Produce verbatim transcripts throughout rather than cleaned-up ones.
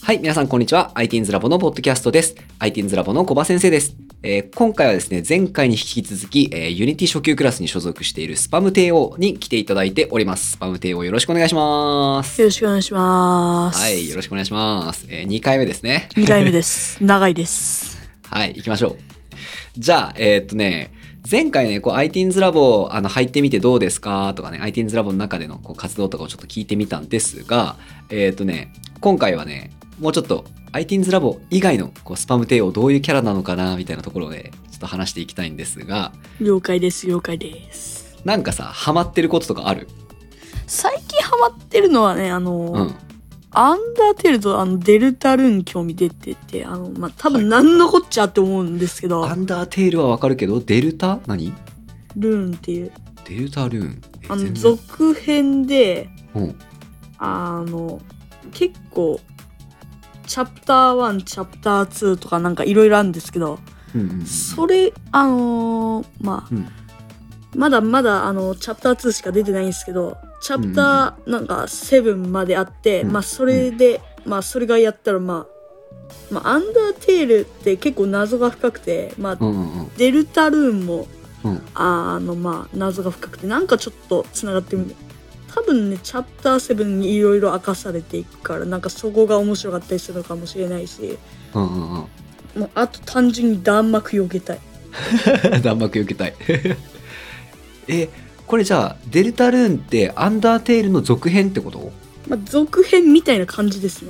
はい、皆さんこんにちは。アイティーンズ ラボのポッドキャストです。アイティーンズ ラボの小葉先生です。えー今回はですね、前回に引き続き、えー Unity 初級クラスに所属しているスパム帝王に来ていただいております。スパム帝王よろしくお願いします。 よろしくお願いします。 はい、よろしくお願いします。えーにかいめですね。 にかいめです。長いです。 はい、行きましょう。じゃあ、えーっとね、前回ね、こう アイティーンズ ラボあの入ってみてどうですかとかね、アイティーンズ ラボの中でのこう活動とかをちょっと聞いてみたんですが、えーっとね、今回はね、もうちょっと アイティーンズ ラボ以外のこうスパム帝王どういうキャラなのかなみたいなところでちょっと話していきたいんですが、 了解です、了解です。 なんかさ、ハマってることとかある？ 最近ハマってるのはね、あの、 うん。 アンダーテールとあのデルタルーン興味出てて、あの、まあ、多分何のこっちゃって思うんですけど、 アンダーテールはわかるけど、デルタ何？ ルーンっていう、 デルタルーン。えあの、 全然続編で、 うん。 あの、結構、チャプターワン、チャプターツーとかなんかいろいろあるんですけど、 うんうんうん。 それ、あのーまあ、 うん。 まだまだあの、チャプターツーしか出てないんですけど、チャプターなんかセブンまであって、 うんまあそれで、まあそれがやったらまあ、まあアンダーテールって結構謎が深くて、まあうんうんうん。 デルタルーンも、 うん。 あのまあ謎が深くて、なんかちょっと繋がってるんで、多分ね、チャプターセブンにいろいろ明かされていくから、なんかそこが面白かったりするのかもしれないし、 うんうんうん。 もうあと単純に弾幕避けたい。 弾幕受けたい。え、これじゃあ、デルタルーンってアンダーテールの続編ってこと？ まあ続編みたいな感じですね。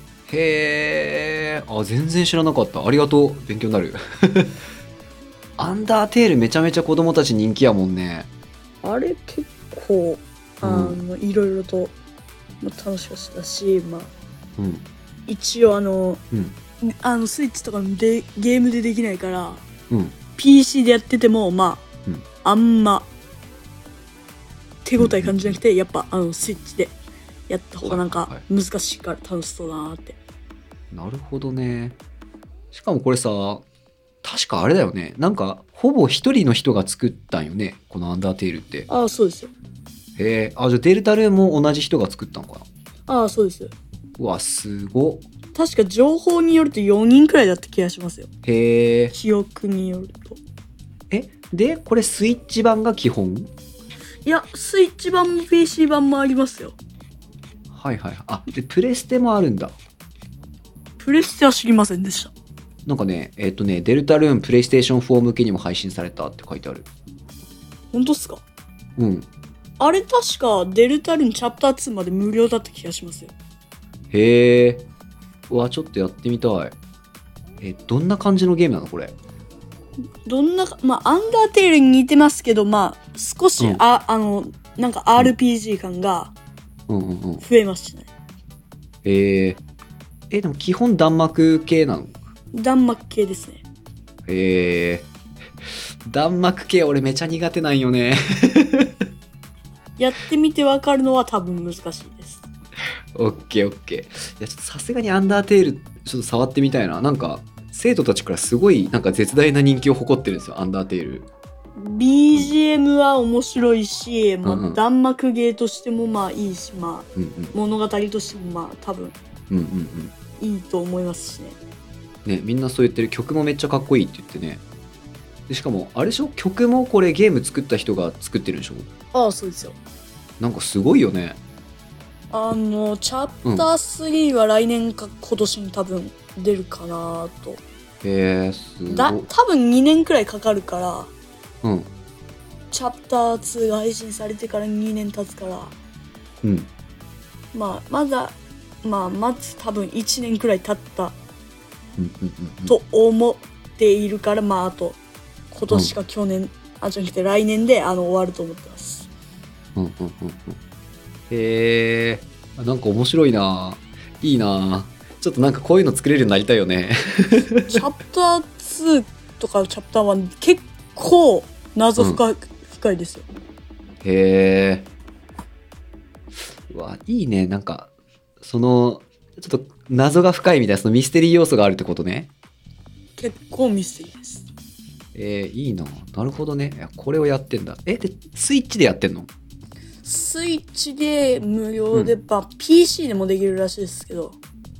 へー。あ、全然知らなかった。ありがとう。勉強になる。アンダーテールめちゃめちゃ子供たち人気やもんね。 あれ結構、あうんの、いろいろと、まあ、楽しかったし、まあ、 うん。 一応あの、 うん。 あの、スイッチとかでゲームでできないから、 うん。 ピーシー でやってても、まあ、 うんあんま、手応え感じなくて、やっぱ、あの、スイッチでやった方がなんかはいはいは、 難しいから楽しそうだなって。 なるほどね。しかもこれさ、確かあれだよね。なんか、ほぼ一人の人が作ったんよね。このアンダーテールって。 ああ、そうですよ。 へえ。あ、じゃあデルタルーンも同じ人が作ったのかな。 ああ、そうですよ。 うわ、すごっ。 確か情報によるとよにんくらいだった気がしますよ。 へえ。 記憶によると。 え、で、これスイッチ版が基本？ いや、スイッチ版も ピーシー 版もありますよ。 はいはい。あ、で、プレステもあるんだ。 プレステは知りませんでした。 なんかね、えっ、とね、デルタルーンプレイステーションフォー向けにも配信されたって書いてある。 本当っすか？ うん。 あれ確かデルタルーンチャプターツーまで無料だった気がしますよ。 へえ。うわ、ちょっとやってみたい。え、どんな感じのゲームなのこれ？ どんなか、まあ、アンダーテールに似てますけど、まあ、少し、 うんあ、あの、なんか アールピージー 感がうんうんうん。 増えましたね。 へえ。え、でも基本弾幕系なの？ 弾幕系ですね。 へえ。弾幕系俺めちゃ苦手なんよね。 やってみてわかるのは多分難しいです。 オッケーオッケー。いや、ちょっとさすがにアンダーテール、ちょっと触ってみたいな。なんか、生徒たちからすごい、なんか絶大な人気を誇ってるんですよ、アンダーテール。 ビージーエム は面白いし、まあ、 うんうん弾幕ゲーとしてもまあいいし、まあ、 うんうん。 物語としてもまあ多分うんうんうん。 いいと思いますしね。 ね、みんなそう言ってる。曲もめっちゃかっこいいって言ってね。でしかも、あれでしょ、曲もこれゲーム作った人が作ってるんでしょ？ ああ、そうですよ。 なんかすごいよね。 あの、チャプタースリーは来年か今年に多分出るかなと。 へえ、すごい。 だ、多分にねんくらいかかるから、 うん。 チャプターツーが配信されてからにねん経つから、 うん。 まあ、まだ、まあ、まず多分いちねんくらい経ったうんうんうん。 と思っているから、まあ、あと、今年か去年、あ、じゃなくて来年であの終わると思ってます。 うんうんうんうん。へえ、なんか面白いな。いいな。ちょっとなんかこういうの作れるようになりたいよね。 チャプターツーとかチャプターワン結構謎深い、深いですよ。 へえ。うわ、いいね。なんか、その、ちょっと謎が深いみたいな、そのミステリー要素があるってことね。 結構ミステリーです。 えー、いいな。なるほどね。いや、これをやってんだ。え、で、スイッチでやってんの？ スイッチで無料で、うん、まあ ピーシー でもできるらしいですけど、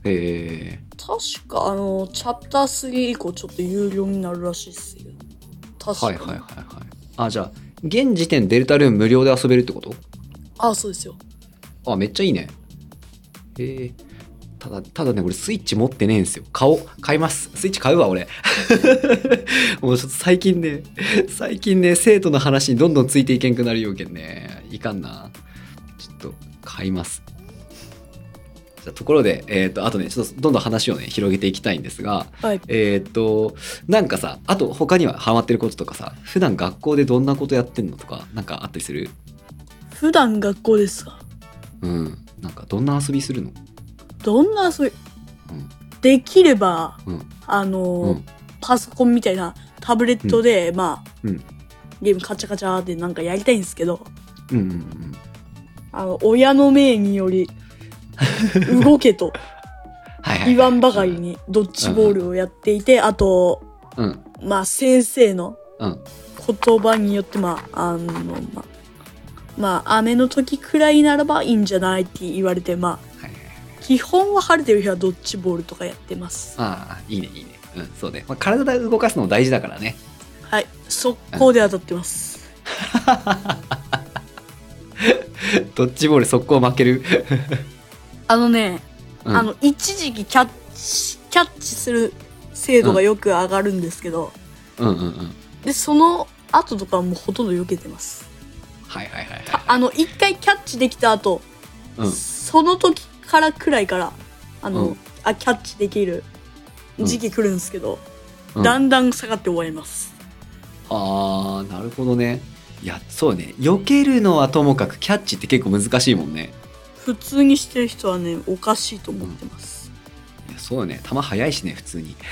へえ。 確かあのチャプタースリー以降ちょっと有料になるらしいっすよ。確かに。 はいはいはいはい。あ、じゃあ現時点デルタルーム無料で遊べるってこと？ あ、そうですよ。 あ、めっちゃいいね。へえ。ただ、ただね、俺スイッチ持ってねえんすよ。買おう。買います。スイッチ買うわ、俺。もうちょっと最近ね、最近ね、生徒の話にどんどんついていけんくなるようけんね。いかんな。ちょっと、買います。じゃあところで、えっ、と、あとね、ちょっとどんどん話をね、広げていきたいんですが、 はい。 えっ、と、なんかさ、あと他にはハマってることとかさ、普段学校でどんなことやってんのとか、なんかあったりする？ 普段学校ですか？ うん。なんかどんな遊びするの？ どんな遊び、 うん。 できれば、 うん。 あのーうん。 パソコンみたいなタブレットで、まあ、 うん。 ゲームカチャカチャってなんかやりたいんですけど、 うんうんうん。 あの、親の命により、動けとはいはいはい。 言わんばかりにドッジボールをやっていて、あと、 うん。 まあ先生のうん。 言葉によって、まあ、あの、まあ、まあ、雨の時くらいならばいいんじゃないって言われて、まあ、 はいはいはい。 基本は晴れてる日はドッジボールとかやってます。 ああ、いいねいいね。うん、そうね。まあ、体で動かすのも大事だからね。 はい、速攻で当たってます。 ドッジボール速攻負ける。 あのね、 うん、 あの、一時期キャッチ、キャッチする精度がよく上がるんですけど、 うんうんうん。 で、その後とかはもうほとんど避けてます。 はいはいはいはい。 あの、一回キャッチできた後、 うん、 その時からくらいから、あの、 うん、 あ、キャッチできる時期来るんですけど、 うん、 だんだん下がって終わります。 ああ、なるほどね。いや、そうね。避けるのはともかくキャッチって結構難しいもんね。 普通にしてる人はね、おかしいと思ってます。 うん、いやそうよね。球速いしね、普通に。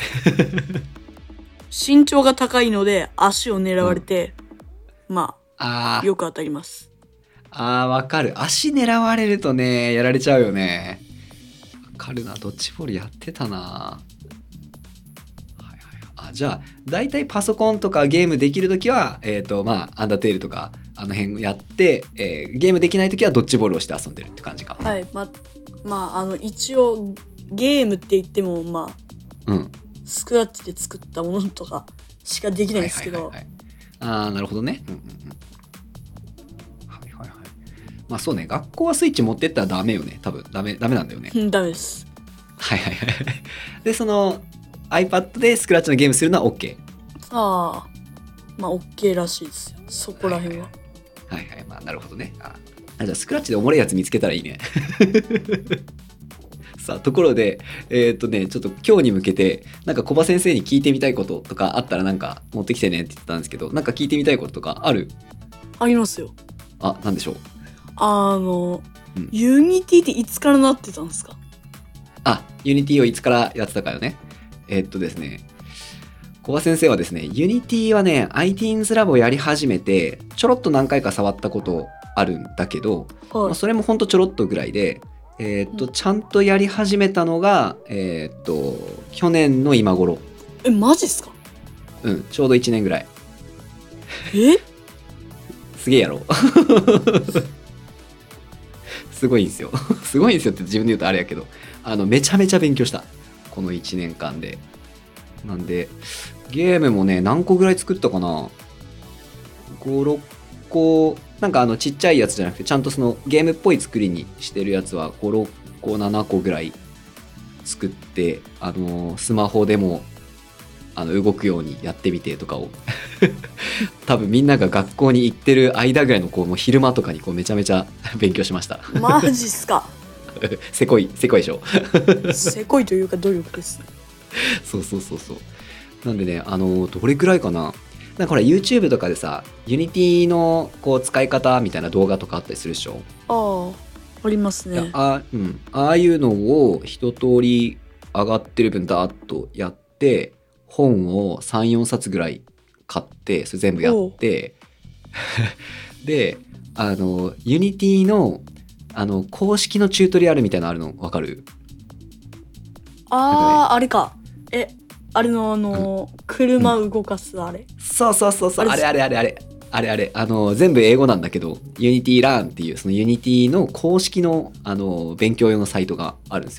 身長が高いので足を狙われて、うん、まあ、 あよく当たります。 あー、わかる。足狙われるとね、やられちゃうよね。わかるな。ドッジボールやってたな。はいはい。あ、じゃあ、だいたいパソコンとかゲームできるときは、えっと、まあ、アンダーテールとか、あの辺やって、えー、ゲームできないときはドッジボールをして遊んでるって感じか。 はい。ま、まあ、あの、一応、ゲームって言っても、まあ、 うん。 スクラッチで作ったものとかしかできないんですけど。 はいはいはいはい、ああ、なるほどね。うんうんうん。はいはいはい。まあそうね、学校はスイッチ持ってったらダメよね。多分、ダメ、ダメなんだよね。 うん、ダメです。 はいはいはい。で、その iPad でスクラッチのゲームするのは OK。 ああ、まあ OK らしいですよ。そこら辺は。 はいはい、はいはい、まあなるほどね。ああ、じゃあスクラッチでおもれいやつ見つけたらいいね。さあ、ところで、えー、っとね、ちょっと今日に向けて、なんか小葉先生に聞いてみたいこととかあったらなんか持ってきてねって言ってたんですけど、なんか聞いてみたいこととかある？ ありますよ。 あ、なんでしょう。 あの、 うん、 ユニティっていつからなってたんですか？ あ、ユニティをいつからやってたかよね。えー、っとですね、小葉先生はですね、ユニティはね、アイティーンズ ラボをやり始めて、ちょろっと何回か触ったことあるんだけど、 はい、 まあ、それもほんとちょろっとぐらいで、えー、っと、ちゃんとやり始めたのが、えー、っと、去年の今頃。 え、マジっすか？ うん、ちょうどいちねんぐらい。 えすげえやろ。すごいんですよ。すごいんですよって自分で言うとあれやけど、あの、めちゃめちゃ勉強した。このいちねんかんで。なんで、ゲームもね、何個ぐらい作ったかな ?ご、ろっこ、なんかあのちっちゃいやつじゃなくて、ちゃんとそのゲームっぽい作りにしてるやつはご、ろっこ、ななこぐらい作って、あのー、スマホでもあの動くようにやってみてとかを多分みんなが学校に行ってる間ぐらいのこうもう昼間とかにこうめちゃめちゃ勉強しました。 マジっすか？ せこい、せこいでしょ。 せこいというか努力です。 そうそうそうそう。なんでね、あのー、どれくらいかな。なんかほら YouTube とかでさ、Unity のこう使い方みたいな動画とかあったりするでしょ。 ああ、ありますね。 あ、うん、ああいうのを一通り上がってる分ダーッとやって、本をさん、よんさつぐらい買って、それ全部やって、で、あの Unity のあの公式のチュートリアルみたいなのあるの分かる？ ああ、ね、あれか。え、あれのあの、うん、車動かすあれ、 うん、そうそうそうそう、あれあれあれあれあれあれあの全部英語なんだけど Unity Learn っていうその Unity の公式のあの勉強用のサイトがあるんですよ。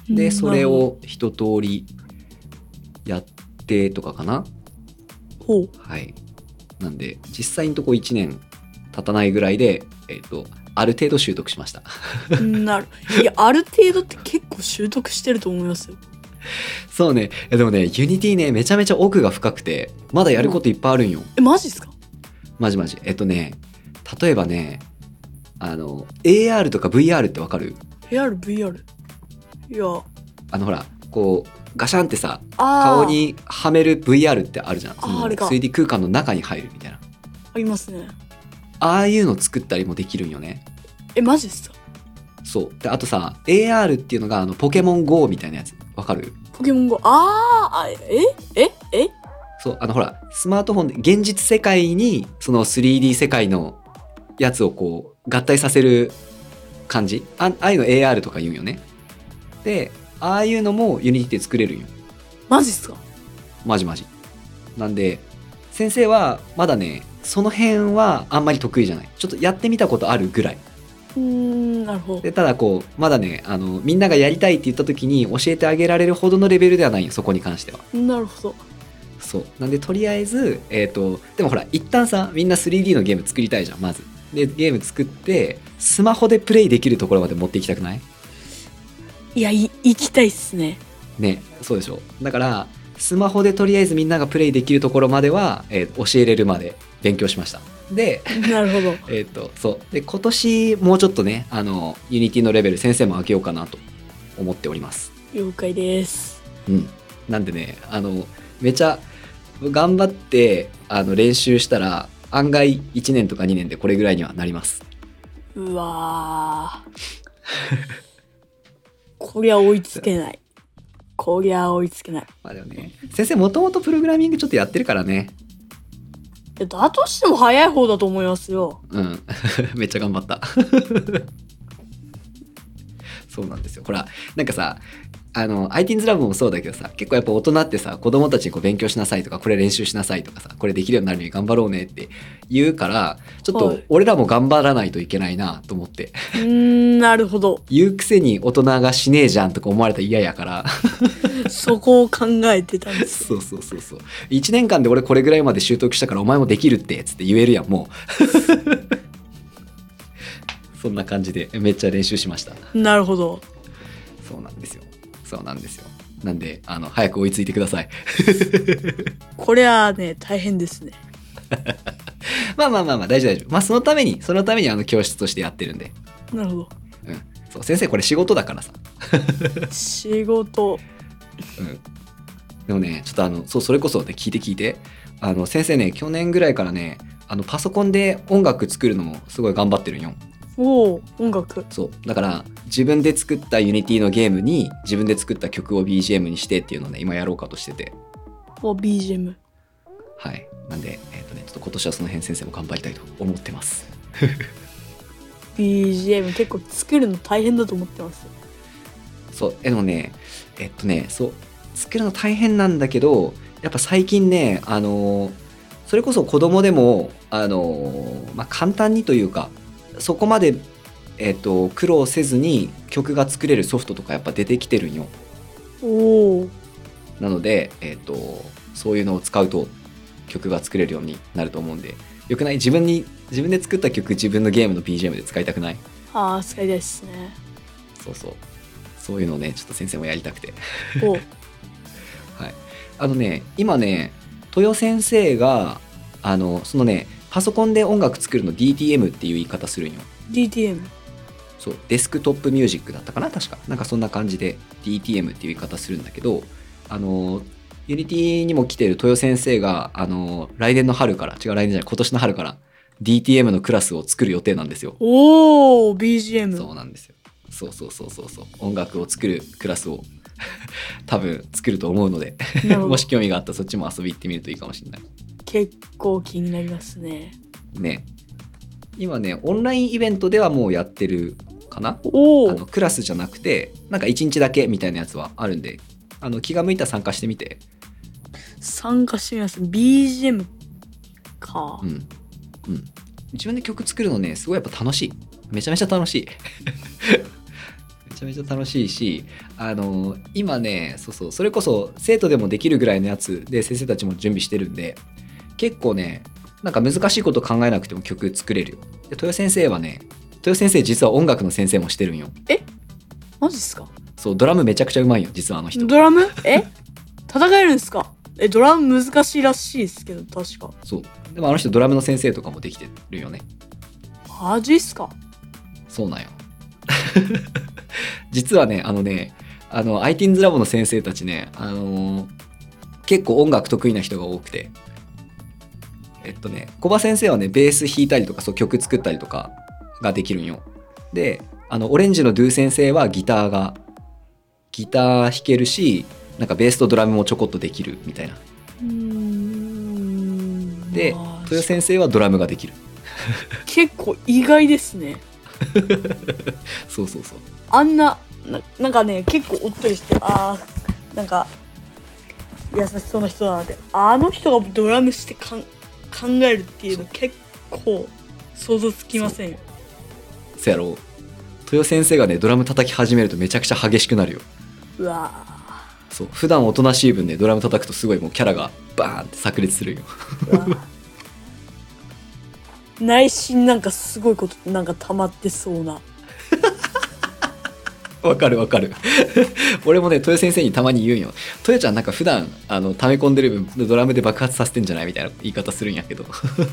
で、 うんそれを一通りやってとかかな。 ほう。 はい。なんで、実際のとこいちねん経たないぐらいで、えっと、ある程度習得しました。 なる。いや、ある程度って結構習得してると思いますよ。 そうね。えでもね、ユニティね、めちゃめちゃ奥が深くて、まだやることいっぱいあるんよ。 え、マジっすか？ マジマジ。えっとね、例えばね、あの、エーアール とか ブイアール ってわかる？ エーアール、ブイアール。いや、 あのほら、こう、ガシャンってさ、 あー顔にはめる ブイアール ってあるじゃん。そのああれかスリーディー 空間の中に入るみたいな。 ありますね。 ああいうの作ったりもできるんよね。 え、マジっすか？ そう。で、あとさ、エーアール っていうのが、あの、ポケモン ゴー みたいなやつ。わかる？ ポケモン ゴー。あーあ、えええそう、あのほら、スマートフォンで現実世界に、その スリーディー 世界のやつをこう、合体させる感じ。あああいうの エーアール とか言うんよね。で、ああいうのもユニティで作れるんよ。 マジっすか？ マジマジ。なんで、先生はまだね、その辺はあんまり得意じゃない。ちょっとやってみたことあるぐらい。 うーん、なるほど。 で、ただこう、まだね、あの、みんながやりたいって言った時に教えてあげられるほどのレベルではないよ、そこに関しては。 なるほど。 そう。なんで、とりあえず、えっと、でもほら、一旦さ、みんな スリーディー のゲーム作りたいじゃん、まず。で、ゲーム作って、スマホでプレイできるところまで持っていきたくない？ いや、い、行きたいっすね。 ね、そうでしょ。だからスマホでとりあえずみんながプレイできるところまでは、えー教えれるまで勉強しました。で、 なるほど。 えっとそうで今年もうちょっとね、あのユニティのレベル先生も上げようかなと思っております。 了解です。 うん。なんでね、あのめちゃ頑張ってあの練習したら案外いちねんとかにねんでこれぐらいにはなります。 うわー。こりゃ追いつけない。こりゃ追いつけない。 まあでもね、先生もともとプログラミングちょっとやってるからね。 いや、だとしても早い方だと思いますよ。 うんめっちゃ頑張ったそうなんですよ。ほら、なんかさ、あの アイティーンズ ラボもそうだけどさ、結構やっぱ大人ってさ、子供たちにこう勉強しなさいとか、これ練習しなさいとかさ、これできるようになるように頑張ろうねって言うから、ちょっとはい俺らも頑張らないといけないなと思って、 うーん、なるほど。 言うくせに大人がしねえじゃんとか思われたら嫌やからそこを考えてたんです。 そうそうそうそう、いちねんかんで俺これぐらいまで習得したからお前もできるってつって言えるやん、もうそんな感じでめっちゃ練習しました。 なるほど。 そうなんですよ。そうなんですよ。なんで、あの、早く追いついてください。 これはね、大変ですね。 まあまあまあまあ、大丈夫大丈夫。まあそのために、そのためにあの教室としてやってるんで。 なるほど。 うん。そう、先生これ仕事だからさ。 仕事。 うん。でもね、ちょっとあの、そう、それこそね、聞いて聞いて。あの、先生ね、去年ぐらいからね、あの、パソコンで音楽作るのもすごい頑張ってるんよ。 おお、音楽。 そう。だから、自分で作ったユニティのゲームに、自分で作った曲を ビージーエム にしてっていうのをね、今やろうかとしてて。 お、ビージーエム。 はい。なんで、えっとね、ちょっと今年はその辺先生も頑張りたいと思ってます。 ビージーエム 結構作るの大変だと思ってます。 そう。え、でもね、えっとね、そう。作るの大変なんだけど、やっぱ最近ね、あのーそれこそ子供でも、あのーまあ、簡単にというか、そこまで、えっと、苦労せずに曲が作れるソフトとかやっぱ出てきてるんよ。 おお。 なので、えっと、そういうのを使うと曲が作れるようになると思うんで、よくない？自分に、自分で作った曲、自分のゲームの ビージーエム で使いたくない？ ああ、使いたいですね。 そうそう。そういうのをね、ちょっと先生もやりたくて。 おはい。あのね、今ね、豊先生が、あの、そのね、パソコンで音楽作るの ディーティーエム っていう言い方するんよ。 ディーティーエム。 そう、デスクトップミュージックだったかな、確か。なんかそんな感じで ディーティーエム っていう言い方するんだけど、あの、ユニティにも来てる豊先生が、あの、来年の春から、違う来年じゃない、今年の春から ディーティーエム のクラスを作る予定なんですよ。 おお、ビージーエム。 そうなんですよ。そうそうそうそうそう。音楽を作るクラスを多分作ると思うのでもし興味があったらそっちも遊び行ってみるといいかもしれない。 結構気になりますね。 ね。今ね、オンラインイベントではもうやってるかな。 おお。 あのクラスじゃなくて、なんかいちにちだけみたいなやつはあるんで、あの気が向いたら参加してみて。 参加してみます。ビージーエム か。 うん。うん。自分で曲作るのね、すごいやっぱ楽しい。めちゃめちゃ楽しい。 ちゃめちゃ楽しいし、あの今ね、そうそう、それこそ生徒でもできるぐらいのやつで先生たちも準備してるんで、結構ね、なんか難しいこと考えなくても曲作れるよ。で豊先生はね、豊先生実は音楽の先生もしてるんよ。 えマジっすか？ そう、ドラムめちゃくちゃうまいよ実はあの人。 ドラムえ戦えるんですか？えドラム難しいらしいですけど確か。 そう、でもあの人ドラムの先生とかもできてるよね。 マジっすか？ そうなんよ実はね、あのね、あの アイティーンズ ラボの先生たちね、あのー結構音楽得意な人が多くて、えっとね、小葉先生はねベース弾いたりとか、そう曲作ったりとかができるんよ。で、あのオレンジのドゥ先生はギターがギター弾けるし、なんかベースとドラムもちょこっとできるみたいな。 うーんで、 まあ豊先生はドラムができる。 結構意外ですね。 そうそうそう。 あんな、ななんかね、結構おっとりして、あー、なんか、優しそうな人だなって、あの人がドラムしてかん考えるっていうの結構想像つきませんよ。 そやろう。豊先生がね、ドラム叩き始めるとめちゃくちゃ激しくなるよ。 うわそう、普段おとなしい分ね、ドラム叩くとすごいもうキャラがバーンって炸裂するよ。 ーうわー内心なんかすごいことなんか溜まってそうな。 わかるわかる。俺もね、豊先生にたまに言うんよ。豊ちゃんなんか普段あの溜め込んでる分ドラムで爆発させてんじゃないみたいな言い方するんやけど。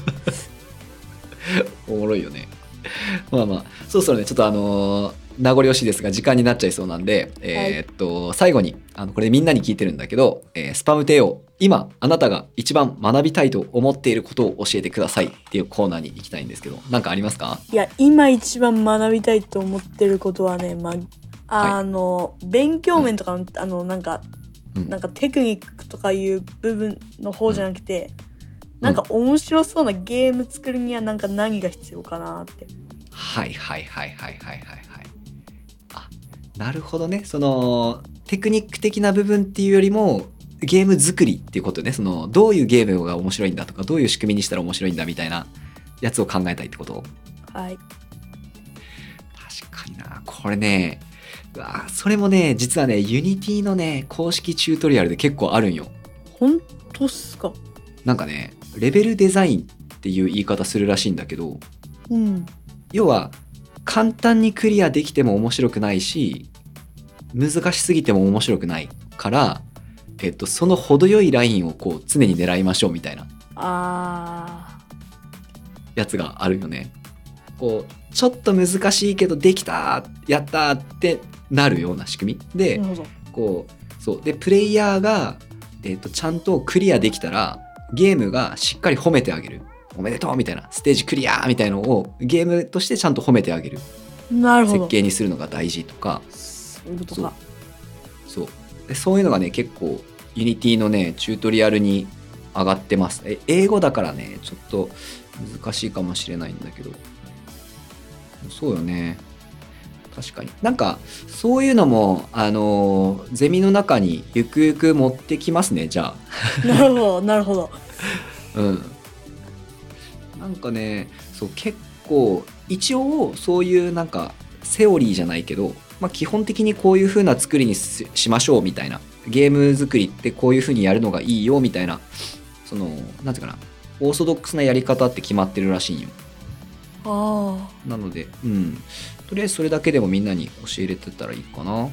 おもろいよね。まあまあ、そろそろね、ちょっとあのー名残惜しいですが時間になっちゃいそうなんで、えーっと最後にあのこれみんなに聞いてるんだけど、えースパム帝王、今あなたが一番学びたいと思っていることを教えてくださいっていうコーナーに行きたいんですけど、なんかありますか？ いや、今一番学びたいと思ってることはね、まあ、あの、勉強面とかの、あの、なんか、 うんなんかテクニックとかいう部分の方じゃなくて、なんか面白そうなゲーム作るにはなんか何が必要かなって。 はいはいはいはいはいはいはい。あ、なるほどね。そのテクニック的な部分っていうよりもゲーム作りっていうことね。そのどういうゲームが面白いんだとか、どういう仕組みにしたら面白いんだみたいなやつを考えたいってこと？ はい。 確かにな。これね、うわそれもね、実はね、ユニティのね公式チュートリアルで結構あるんよ。 本当っすか？ なんかね、レベルデザインっていう言い方するらしいんだけど、 うん。 要は簡単にクリアできても面白くないし、難しすぎても面白くないから、えっと、その程よいラインをこう常に狙いましょうみたいなあやつがあるよね。こうちょっと難しいけどできたやったってなるような仕組みー。 で、 なるほど。 こうそうでプレイヤーが、えっと、ちゃんとクリアできたらゲームがしっかり褒めてあげる。おめでとうみたいな、ステージクリアみたいなのをゲームとしてちゃんと褒めてあげるなるほど。 設計にするのが大事とか。 そういうことか。 そうでそういうのがね結構ユニティのねチュートリアルに上がってます。え英語だからねちょっと難しいかもしれないんだけど、そうよね。確かになんかそういうのもあのーゼミの中にゆくゆく持ってきますね、じゃなるほど、なるほど。 あ。うんなんかね、そう結構一応そういうなんかセオリーじゃないけど、まあ、基本的にこういう風な作りに し, しましょうみたいな、ゲーム作りってこういう風にやるのがいいよみたいな、そのなんていうかな、オーソドックスなやり方って決まってるらしいんよ。 あなので、うん、とりあえずそれだけでもみんなに教えれてたらいいかな。あ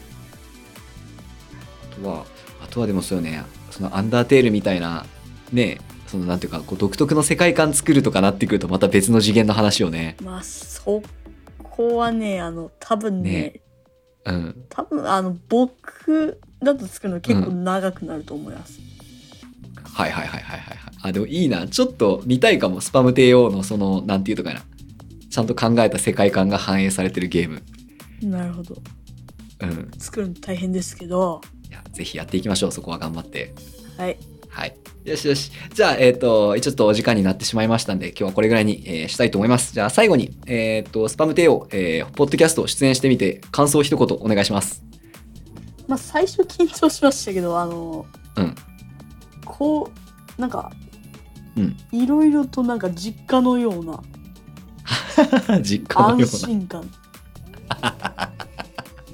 とはあとはでもそうよね、そのアンダーテールみたいなね、そのなんていうかこう独特の世界観作るとかなってくるとまた別の次元の話をね。 あ。まあ、そこはね、あの、多分ね、 ねうん多分あの、僕だと作るの結構長くなると思います。 はいはいはいはいはい。あ、でもいいな。ちょっと見たいかも。スパム帝王のその、なんていうとかな。ちゃんと考えた世界観が反映されてるゲーム。 なるほど。 うん。 作るの大変ですけど、 いや、ぜひやっていきましょう。そこは頑張って。 はい。 はい。よしよし。じゃあ、えっ、と、ちょっとお時間になってしまいましたんで、今日はこれぐらいに、えーしたいと思います。じゃあ、最後に、えっ、と、スパム帝王、えー、ポッドキャスト出演してみて、感想を一言お願いします。 まあ、最初緊張しましたけど、あの、 うん。 こう、なんか、 うん。 いろいろとなんか実家のような実家のような。 安心感。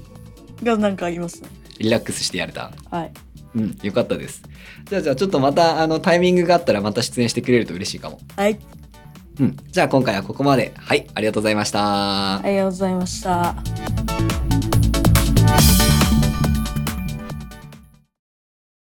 がなんかありますね。 リラックスしてやれた。 はい。 うん、よかったです。じゃあじゃあちょっとまたあのタイミングがあったらまた出演してくれると嬉しいかも。 はい。 うん。じゃあ今回はここまで。はい、ありがとうございました。 ありがとうございました。